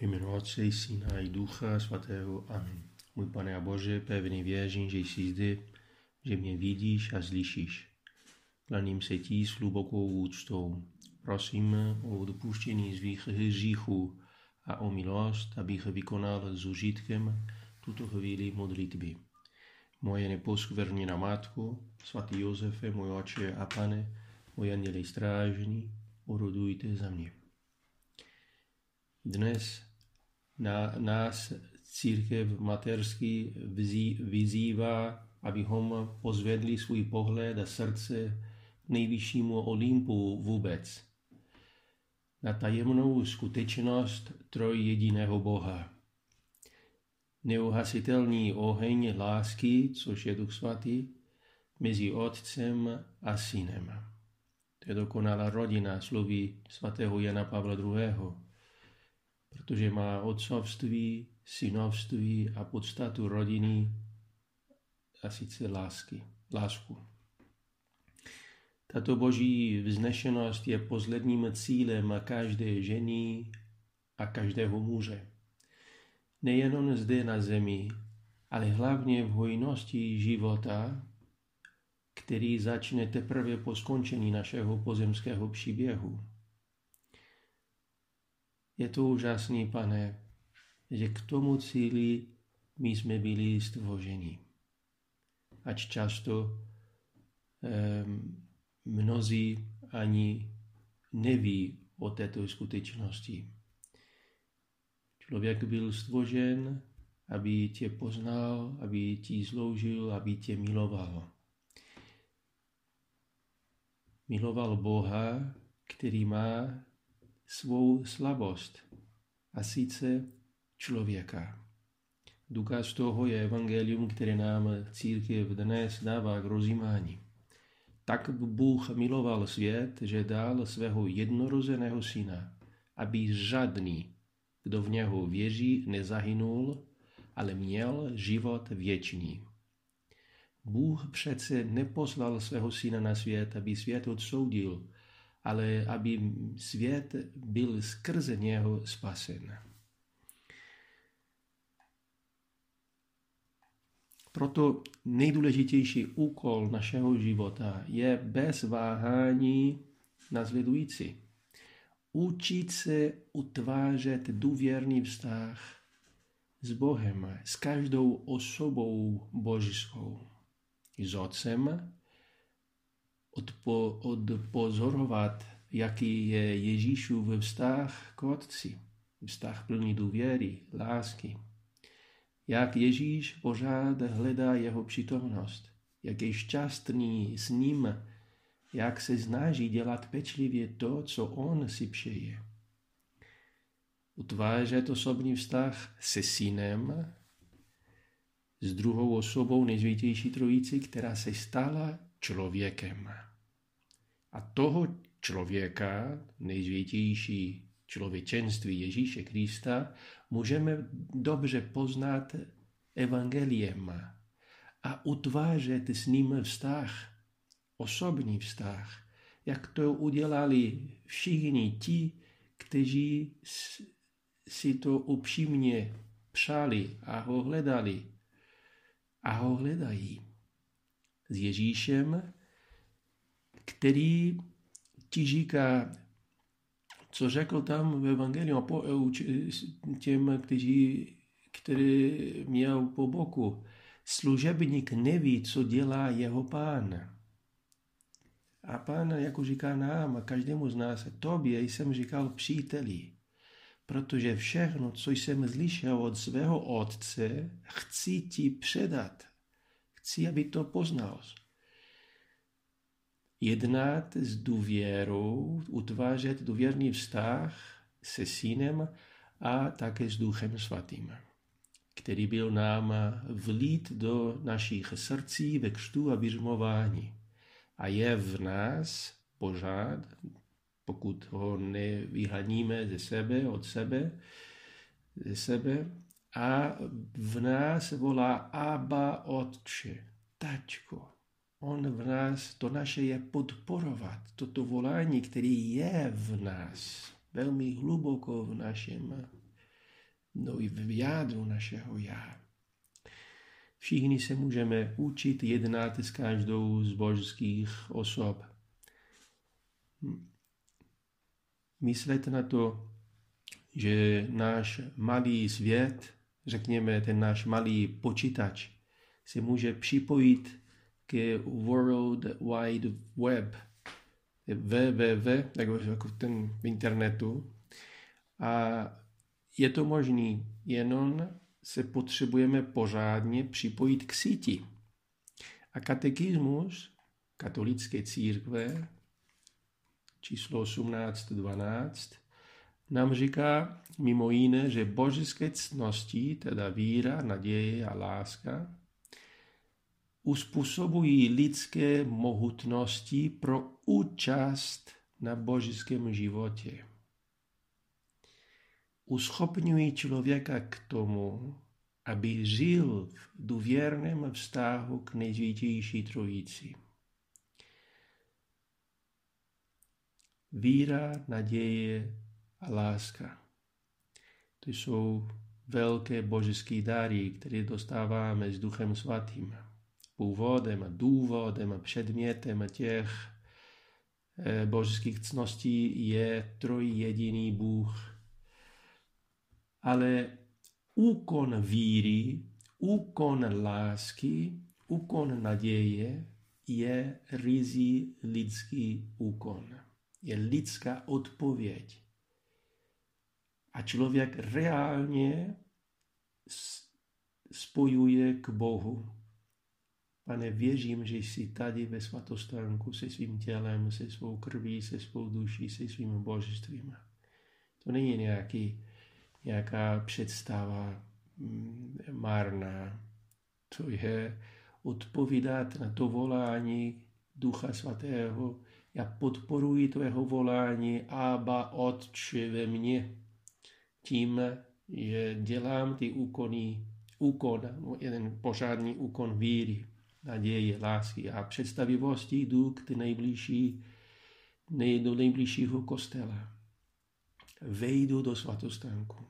Jméno Otce i Syna i Ducha Svatého. Amen. Můj Pane a Bože, pevně věřím, že jsi zde, že mě vidíš a slyšíš. Klaním se ti s hlubokou úctou. Prosím o dopuštění svých hříchů a o milost, abych vykonal s užitkem tuto chvíli modlitby. Moje neposkvrněná Matko, svatý Josefe, můj Otče a Pane, moji anděli strážní, orodujte za mě. Dnes nás církev mateřský vyzývá, abychom pozvedli svůj pohled a srdce k nejvyššímu Olympu vůbec, na tajemnou skutečnost trojjediného Boha. Neuhasitelný oheň lásky, což je Duch Svatý, mezi Otcem a Synem. To je dokonalá rodina, slovy svatého Jana Pavla II., protože má otcovství, synovství a podstatu rodiny, a sice lásku. Tato boží vznešenost je posledním cílem každé ženy a každého muže. Nejenom zde na zemi, ale hlavně v hojnosti života, který začne teprve po skončení našeho pozemského příběhu. Je to úžasný, Pane, že k tomu cíli my jsme byli stvořeni. Ač často mnozí ani neví o této skutečnosti. Člověk byl stvořen, aby tě poznal, aby ti sloužil, aby tě miloval. Miloval Boha, který má svou slabost, a sice člověka. Důkaz toho je evangelium, které nám církev dnes dává k rozjímání. Tak Bůh miloval svět, že dal svého jednorozeného syna, aby žádný, kdo v něho věří, nezahynul, ale měl život věčný. Bůh přece neposlal svého syna na svět, aby svět odsoudil, ale aby svět byl skrze něho spasen. Proto nejdůležitější úkol našeho života je bez váhání následující. Učit se utvářet důvěrný vztah s Bohem, s každou osobou božskou, s Otcem, odpozorovat, jaký je Ježíšův vztah k Otci, vztah plný důvěry, lásky. Jak Ježíš pořád hledá jeho přítomnost, jak je šťastný s ním, jak se snaží dělat pečlivě to, co on si přeje. Utvářet osobní vztah se Synem, s druhou osobou nejsvětější trojici, která se stala člověkem. A toho člověka, nejsvětější člověčenství Ježíše Krista, můžeme dobře poznat evangeliem a utvářet s ním vztah, osobní vztah, jak to udělali všichni ti, kteří si to upřímně přáli a ho hledali a ho hledají. S Ježíšem, který ti říká, co řekl tam v evangeliu těm, který měl po boku. Služebník neví, co dělá jeho pán. A pán, jako říká nám a každému z nás, tobě jsem říkal příteli, protože všechno, co jsem slyšel od svého Otce, chci ti předat. Chci, aby to poznal. Jednat s důvěrou, utvářet důvěrný vztah se Synem a také s Duchem Svatým, který byl nám vlít do našich srdcí ve křtu a běžmování. A je v nás pořád, pokud ho nevyhaníme ze sebe, a v nás volá Abba, Otče, Tačko. On v nás, to naše je podporovat, toto volání, které je v nás, velmi hluboko v našem no i v jádru našeho já. Všichni se můžeme učit jednat s každou z božských osob. Myslet na to, že náš malý svět, řekněme ten náš malý počítač, se může připojit k World Wide Web, www, jako ten v internetu. A je to možné, jenom se potřebujeme pořádně připojit k síti. A katekismus katolické církve číslo 1812 nám říká mimo jiné, že božské ctnosti, teda víra, naděje a láska, uspůsobují lidské mohutnosti pro účast na božském životě. Uschopňují člověka k tomu, aby žil v důvěrném vztahu k nejsvětější trojici. Víra, naděje a láska. To jsou velké božské dary, které dostáváme s Duchem Svatým. Původem a důvodem a předmětem těch božských ctností je trojjediný Bůh. Ale úkon víry, úkon lásky, úkon naděje je ryzí lidský úkon. Je lidská odpověď. A člověk reálně spojuje k Bohu. Pane, věřím, že jsi tady ve svatostánku se svým tělem, se svou krví, se svou duší, se svým božstvím. To není nějaká představa marná. To je odpovídat na to volání Ducha Svatého. Já podporuji tvého volání, Abba, Otče ve mně. Tím, že dělám ty jeden pořádný úkon víry, naděje, lásky a představivosti, jdu k do nejbližšího kostela. Vejdu do svatostánku.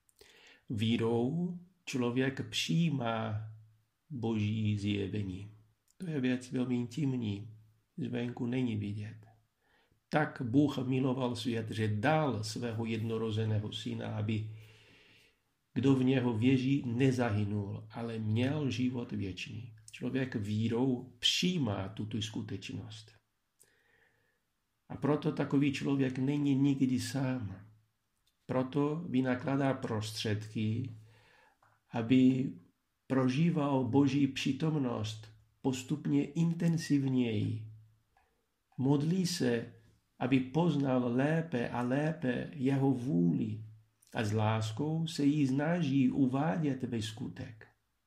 Vírou člověk přijímá boží zjevení. To je věc velmi intimní, zvenku není vidět. Tak Bůh miloval svět, že dal svého jednorozeného syna, aby kdo v něho věří, nezahynul, ale měl život věčný. Člověk vírou přijímá tuto skutečnost. A proto takový člověk není nikdy sám. Proto vynakládá prostředky, aby prožíval Boží přítomnost postupně intenzivněji. Modlí se, aby poznal lépe a lépe jeho vůli a s láskou se jí snaží uvádět ve skutek.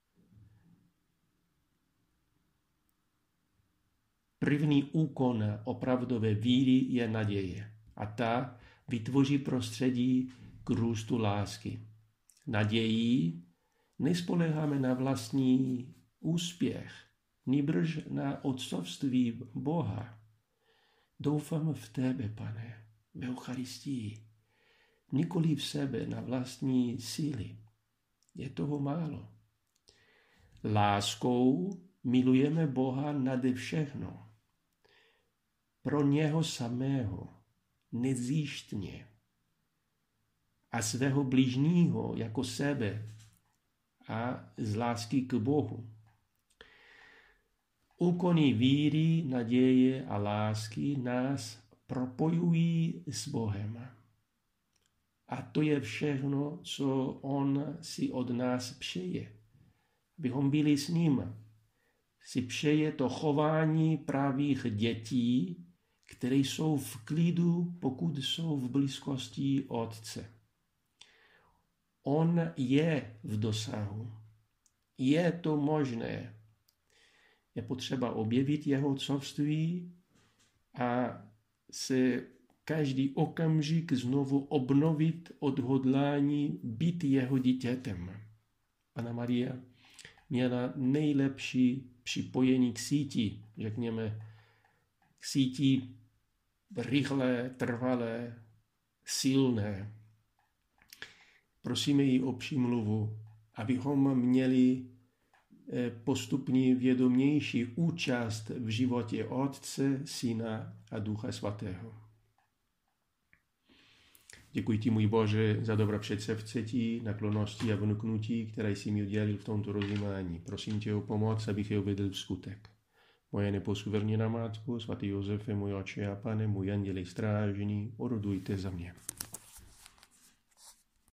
První úkon opravdové víry je naděje a ta vytvoří prostředí k růstu lásky. Nadějí nespoléháme na vlastní úspěch, nýbrž na otcovství Boha. Doufám v tebe, Pane, v Eucharistii, nikoli v sebe na vlastní síly. Je toho málo. Láskou milujeme Boha nade všechno. Pro něho samého, nezjištně. A svého bližního jako sebe a z lásky k Bohu. Úkony víry, naděje a lásky nás propojují s Bohem. A to je všechno, co on si od nás přeje. Abychom byli s ním. Si přeje to chování pravých dětí, které jsou v klidu, pokud jsou v blízkosti Otce. On je v dosahu. Je to možné. Je potřeba objevit jeho otcovství a se každý okamžik znovu obnovit odhodlání být jeho dítětem. Panna Maria měla nejlepší připojení k síti, řekněme, k síti rychlé, trvalé, silné. Prosíme ji o přímluvu, abychom měli postupně vědomější účast v životě Otce, Syna a Ducha Svatého. Děkuji ti, můj Bože, za dobré předsevzetí, naklonosti a vnuknutí, které jsi mi udělil v tomto rozjímání. Prosím tě o pomoc, abych je uvedl v skutek. Moje neposkvrněná Matko, svatý Josefe, můj Otče a Pane, můj anděli strážný, orodujte za mě.